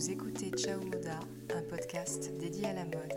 Vous écoutez Ciao Moda, un podcast dédié à la mode.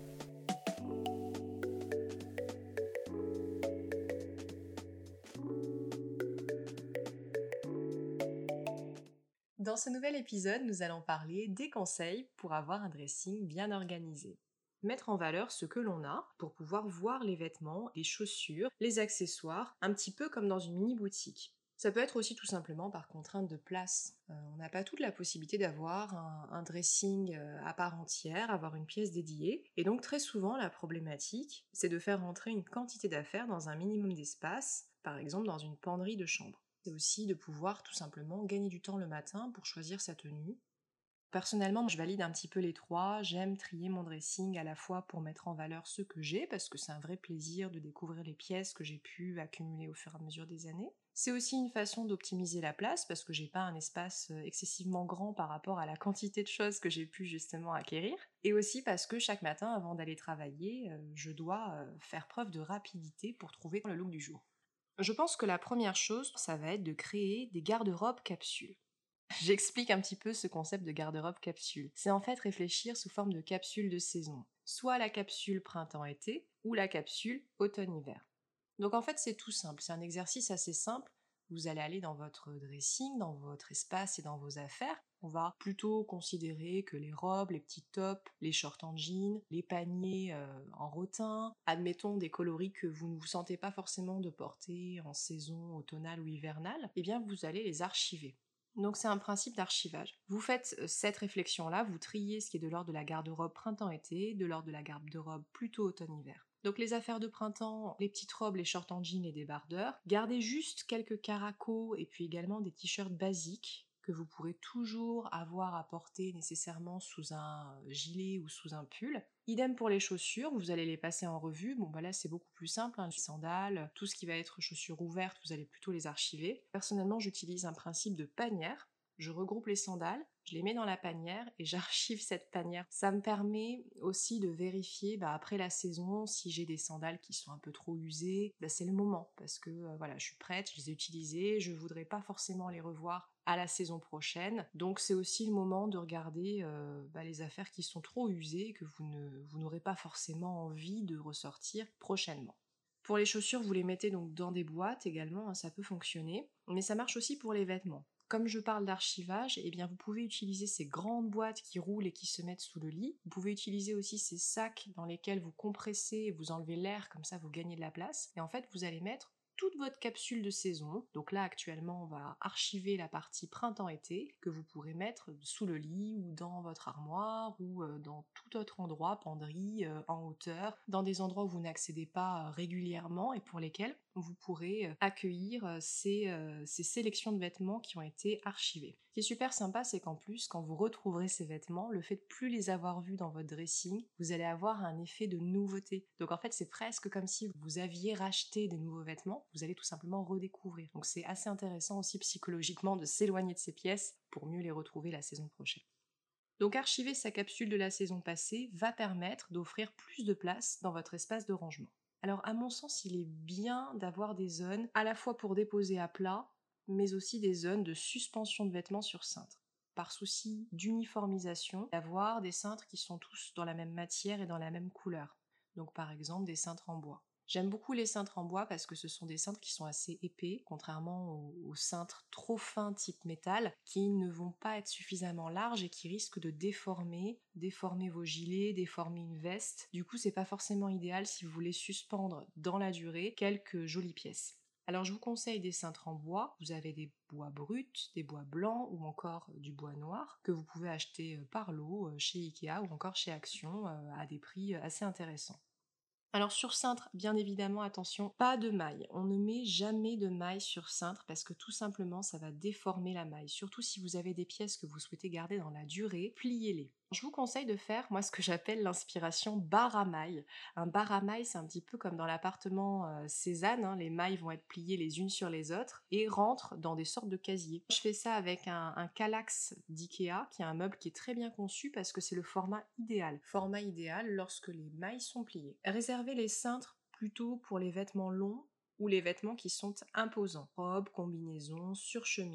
Dans ce nouvel épisode, nous allons parler des conseils pour avoir un dressing bien organisé. Mettre en valeur ce que l'on a pour pouvoir voir les vêtements, les chaussures, les accessoires, un petit peu comme dans une mini-boutique. Ça peut être aussi tout simplement par contrainte de place. On n'a pas toute la possibilité d'avoir un dressing à part entière, avoir une pièce dédiée. Et donc très souvent, la problématique, c'est de faire rentrer une quantité d'affaires dans un minimum d'espace, par exemple dans une penderie de chambre. C'est aussi de pouvoir tout simplement gagner du temps le matin pour choisir sa tenue. Personnellement, je valide un petit peu les trois. J'aime trier mon dressing à la fois pour mettre en valeur ce que j'ai, parce que c'est un vrai plaisir de découvrir les pièces que j'ai pu accumuler au fur et à mesure des années. C'est aussi une façon d'optimiser la place, parce que j'ai pas un espace excessivement grand par rapport à la quantité de choses que j'ai pu justement acquérir. Et aussi parce que chaque matin, avant d'aller travailler, je dois faire preuve de rapidité pour trouver le look du jour. Je pense que la première chose, ça va être de créer des garde-robes capsules. J'explique un petit peu ce concept de garde-robe capsule. C'est en fait réfléchir sous forme de capsule de saison. Soit la capsule printemps-été, ou la capsule automne-hiver. Donc en fait c'est tout simple, c'est un exercice assez simple. Vous allez aller dans votre dressing, dans votre espace et dans vos affaires. On va plutôt considérer que les robes, les petits tops, les shorts en jean, les paniers en rotin, admettons des coloris que vous ne vous sentez pas forcément de porter en saison automnale ou hivernale, eh bien vous allez les archiver. Donc c'est un principe d'archivage. Vous faites cette réflexion-là, vous triez ce qui est de l'ordre de la garde-robe printemps-été, de l'ordre de la garde-robe plutôt automne-hiver. Donc les affaires de printemps, les petites robes, les shorts en jean et débardeurs. Gardez juste quelques caracos et puis également des t-shirts basiques que vous pourrez toujours avoir à porter nécessairement sous un gilet ou sous un pull. Idem pour les chaussures, vous allez les passer en revue. Bon bah là c'est beaucoup plus simple, les sandales, tout ce qui va être chaussures ouvertes, vous allez plutôt les archiver. Personnellement j'utilise un principe de panière. Je regroupe les sandales, je les mets dans la panière et j'archive cette panière. Ça me permet aussi de vérifier après la saison si j'ai des sandales qui sont un peu trop usées. C'est le moment parce que voilà, je suis prête, je les ai utilisées, je voudrais pas forcément les revoir à la saison prochaine. Donc c'est aussi le moment de regarder les affaires qui sont trop usées et que vous n'aurez pas forcément envie de ressortir prochainement. Pour les chaussures, vous les mettez donc dans des boîtes également, ça peut fonctionner, mais ça marche aussi pour les vêtements. Comme je parle d'archivage, eh bien vous pouvez utiliser ces grandes boîtes qui roulent et qui se mettent sous le lit. Vous pouvez utiliser aussi ces sacs dans lesquels vous compressez et vous enlevez l'air, comme ça vous gagnez de la place. Et en fait, vous allez mettre toute votre capsule de saison. Donc là, actuellement, on va archiver la partie printemps-été que vous pourrez mettre sous le lit ou dans votre armoire ou dans tout autre endroit, penderie, en hauteur, dans des endroits où vous n'accédez pas régulièrement et pour lesquels vous pourrez accueillir ces sélections de vêtements qui ont été archivées. Ce qui est super sympa, c'est qu'en plus, quand vous retrouverez ces vêtements, le fait de plus les avoir vus dans votre dressing, vous allez avoir un effet de nouveauté. Donc en fait, c'est presque comme si vous aviez racheté des nouveaux vêtements, vous allez tout simplement redécouvrir. Donc c'est assez intéressant aussi psychologiquement de s'éloigner de ces pièces pour mieux les retrouver la saison prochaine. Donc archiver sa capsule de la saison passée va permettre d'offrir plus de place dans votre espace de rangement. Alors à mon sens, il est bien d'avoir des zones à la fois pour déposer à plat, mais aussi des zones de suspension de vêtements sur cintre. Par souci d'uniformisation, d'avoir des cintres qui sont tous dans la même matière et dans la même couleur. Donc par exemple des cintres en bois. J'aime beaucoup les cintres en bois parce que ce sont des cintres qui sont assez épais, contrairement aux cintres trop fins type métal, qui ne vont pas être suffisamment larges et qui risquent de déformer vos gilets, déformer une veste. Du coup, c'est pas forcément idéal si vous voulez suspendre dans la durée quelques jolies pièces. Alors je vous conseille des cintres en bois, vous avez des bois bruts, des bois blancs ou encore du bois noir que vous pouvez acheter par lot chez Ikea ou encore chez Action à des prix assez intéressants. Alors sur cintre, bien évidemment, attention, pas de maille. On ne met jamais de maille sur cintre parce que tout simplement ça va déformer la maille. Surtout si vous avez des pièces que vous souhaitez garder dans la durée, pliez-les. Je vous conseille de faire, moi, ce que j'appelle l'inspiration bar à maille. Un bar à maille, c'est un petit peu comme dans l'appartement Cézanne, les mailles vont être pliées les unes sur les autres et rentrent dans des sortes de casiers. Je fais ça avec un Kallax d'Ikea, qui est un meuble qui est très bien conçu parce que c'est le format idéal. Format idéal lorsque les mailles sont pliées. Réservez les cintres plutôt pour les vêtements longs ou les vêtements qui sont imposants. Robes, combinaisons, surchemises.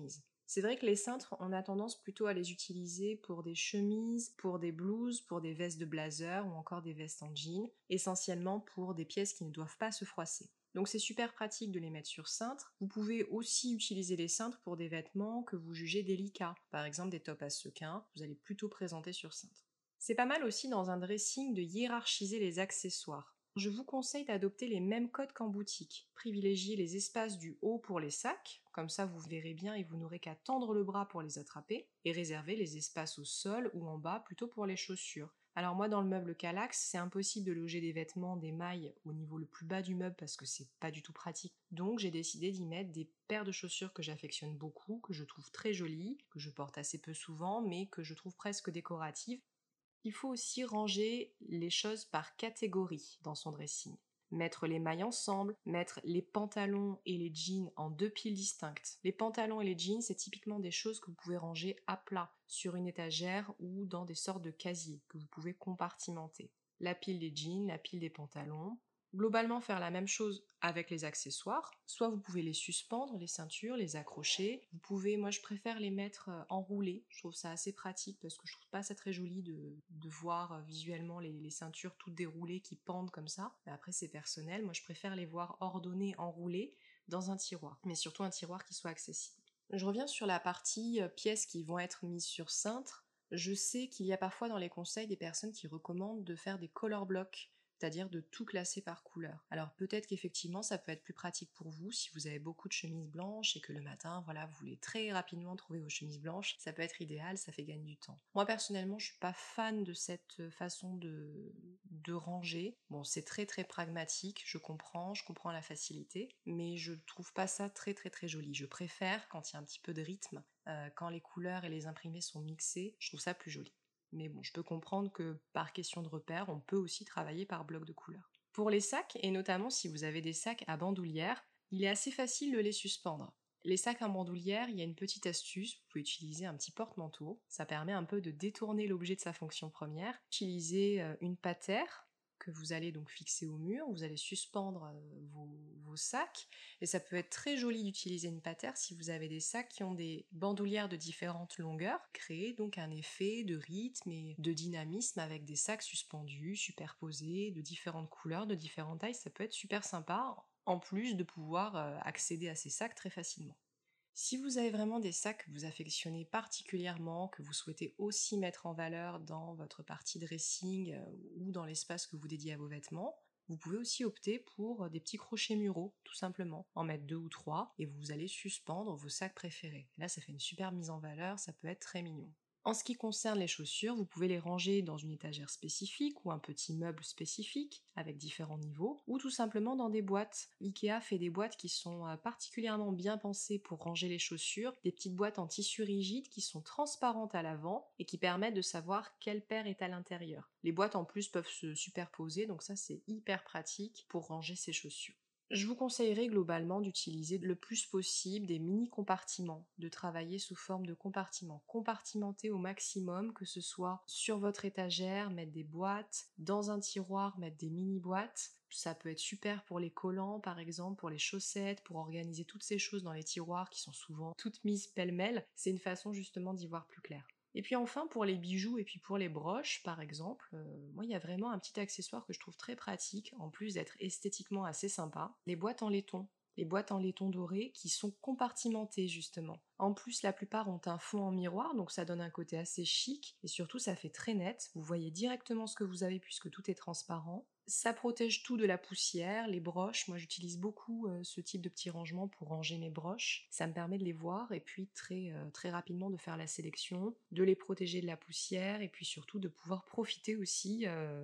C'est vrai que les cintres, on a tendance plutôt à les utiliser pour des chemises, pour des blouses, pour des vestes de blazer ou encore des vestes en jean, essentiellement pour des pièces qui ne doivent pas se froisser. Donc c'est super pratique de les mettre sur cintre. Vous pouvez aussi utiliser les cintres pour des vêtements que vous jugez délicats, par exemple des tops à sequins, vous allez plutôt présenter sur cintre. C'est pas mal aussi dans un dressing de hiérarchiser les accessoires. Je vous conseille d'adopter les mêmes codes qu'en boutique. Privilégiez les espaces du haut pour les sacs, comme ça vous verrez bien et vous n'aurez qu'à tendre le bras pour les attraper, et réservez les espaces au sol ou en bas plutôt pour les chaussures. Alors moi dans le meuble Calax, c'est impossible de loger des vêtements, des mailles au niveau le plus bas du meuble parce que c'est pas du tout pratique. Donc j'ai décidé d'y mettre des paires de chaussures que j'affectionne beaucoup, que je trouve très jolies, que je porte assez peu souvent, mais que je trouve presque décoratives. Il faut aussi ranger les choses par catégorie dans son dressing. Mettre les mailles ensemble, mettre les pantalons et les jeans en deux piles distinctes. Les pantalons et les jeans, c'est typiquement des choses que vous pouvez ranger à plat sur une étagère ou dans des sortes de casiers que vous pouvez compartimenter. La pile des jeans, la pile des pantalons. Globalement, faire la même chose avec les accessoires. Soit vous pouvez les suspendre, les ceintures, les accrocher. Vous pouvez, moi je préfère les mettre enroulés. Je trouve ça assez pratique parce que je trouve pas ça très joli de voir visuellement les ceintures toutes déroulées qui pendent comme ça. Mais après c'est personnel, moi je préfère les voir ordonnées, enroulées dans un tiroir. Mais surtout un tiroir qui soit accessible. Je reviens sur la partie pièces qui vont être mises sur cintre. Je sais qu'il y a parfois dans les conseils des personnes qui recommandent de faire des color blocks, c'est-à-dire de tout classer par couleur. Alors peut-être qu'effectivement ça peut être plus pratique pour vous si vous avez beaucoup de chemises blanches et que le matin, voilà, vous voulez très rapidement trouver vos chemises blanches, ça peut être idéal, ça fait gagner du temps. Moi personnellement, je suis pas fan de cette façon de ranger. Bon, c'est très très pragmatique, je comprends la facilité, mais je trouve pas ça très très très joli. Je préfère quand il y a un petit peu de rythme, quand les couleurs et les imprimés sont mixés, je trouve ça plus joli. Mais bon, je peux comprendre que par question de repère, on peut aussi travailler par bloc de couleurs. Pour les sacs, et notamment si vous avez des sacs à bandoulière, il est assez facile de les suspendre. Les sacs à bandoulière, il y a une petite astuce, vous pouvez utiliser un petit porte-manteau, ça permet un peu de détourner l'objet de sa fonction première. Utilisez une patère que vous allez donc fixer au mur, vous allez suspendre vos sacs, et ça peut être très joli d'utiliser une patère si vous avez des sacs qui ont des bandoulières de différentes longueurs, créer donc un effet de rythme et de dynamisme avec des sacs suspendus, superposés, de différentes couleurs, de différentes tailles, ça peut être super sympa, en plus de pouvoir accéder à ces sacs très facilement. Si vous avez vraiment des sacs que vous affectionnez particulièrement, que vous souhaitez aussi mettre en valeur dans votre partie dressing ou dans l'espace que vous dédiez à vos vêtements, vous pouvez aussi opter pour des petits crochets muraux, tout simplement, en mettre 2 ou 3, et vous allez suspendre vos sacs préférés. Là, ça fait une super mise en valeur, ça peut être très mignon. En ce qui concerne les chaussures, vous pouvez les ranger dans une étagère spécifique ou un petit meuble spécifique avec différents niveaux, ou tout simplement dans des boîtes. Ikea fait des boîtes qui sont particulièrement bien pensées pour ranger les chaussures, des petites boîtes en tissu rigide qui sont transparentes à l'avant et qui permettent de savoir quelle paire est à l'intérieur. Les boîtes en plus peuvent se superposer, donc ça c'est hyper pratique pour ranger ses chaussures. Je vous conseillerais globalement d'utiliser le plus possible des mini-compartiments, de travailler sous forme de compartiments, compartimenter au maximum, que ce soit sur votre étagère, mettre des boîtes, dans un tiroir, mettre des mini-boîtes. Ça peut être super pour les collants par exemple, pour les chaussettes, pour organiser toutes ces choses dans les tiroirs qui sont souvent toutes mises pêle-mêle. C'est une façon justement d'y voir plus clair. Et puis enfin pour les bijoux et puis pour les broches par exemple, moi il y a vraiment un petit accessoire que je trouve très pratique, en plus d'être esthétiquement assez sympa, les boîtes en laiton. Les boîtes en laiton doré qui sont compartimentées justement. En plus la plupart ont un fond en miroir donc ça donne un côté assez chic et surtout ça fait très net, vous voyez directement ce que vous avez puisque tout est transparent. Ça protège tout de la poussière, les broches, moi j'utilise beaucoup ce type de petit rangement pour ranger mes broches. Ça me permet de les voir et puis très rapidement de faire la sélection, de les protéger de la poussière et puis surtout de pouvoir profiter aussi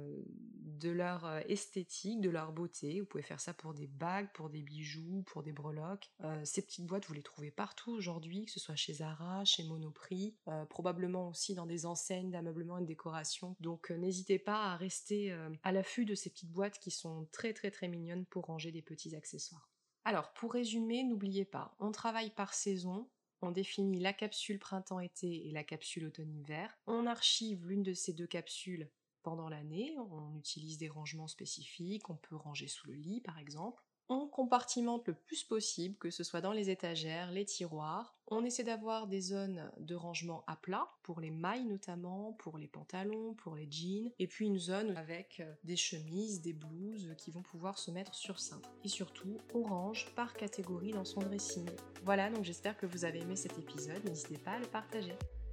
de leur esthétique, de leur beauté. Vous pouvez faire ça pour des bagues, pour des bijoux, pour des breloques. Ces petites boîtes, vous les trouvez partout aujourd'hui, que ce soit chez Zara, chez Monoprix, probablement aussi dans des enseignes d'ameublement et de décoration. Donc n'hésitez pas à rester à l'affût de ces petites boîtes qui sont très très très mignonnes pour ranger des petits accessoires. Alors pour résumer, n'oubliez pas, on travaille par saison, on définit la capsule printemps-été et la capsule automne-hiver, on archive l'une de ces deux capsules pendant l'année, on utilise des rangements spécifiques, on peut ranger sous le lit par exemple. On compartimente le plus possible, que ce soit dans les étagères, les tiroirs. On essaie d'avoir des zones de rangement à plat, pour les mailles notamment, pour les pantalons, pour les jeans, et puis une zone avec des chemises, des blouses qui vont pouvoir se mettre sur cintre. Et surtout, on range par catégorie dans son dressing. Voilà, donc j'espère que vous avez aimé cet épisode, n'hésitez pas à le partager.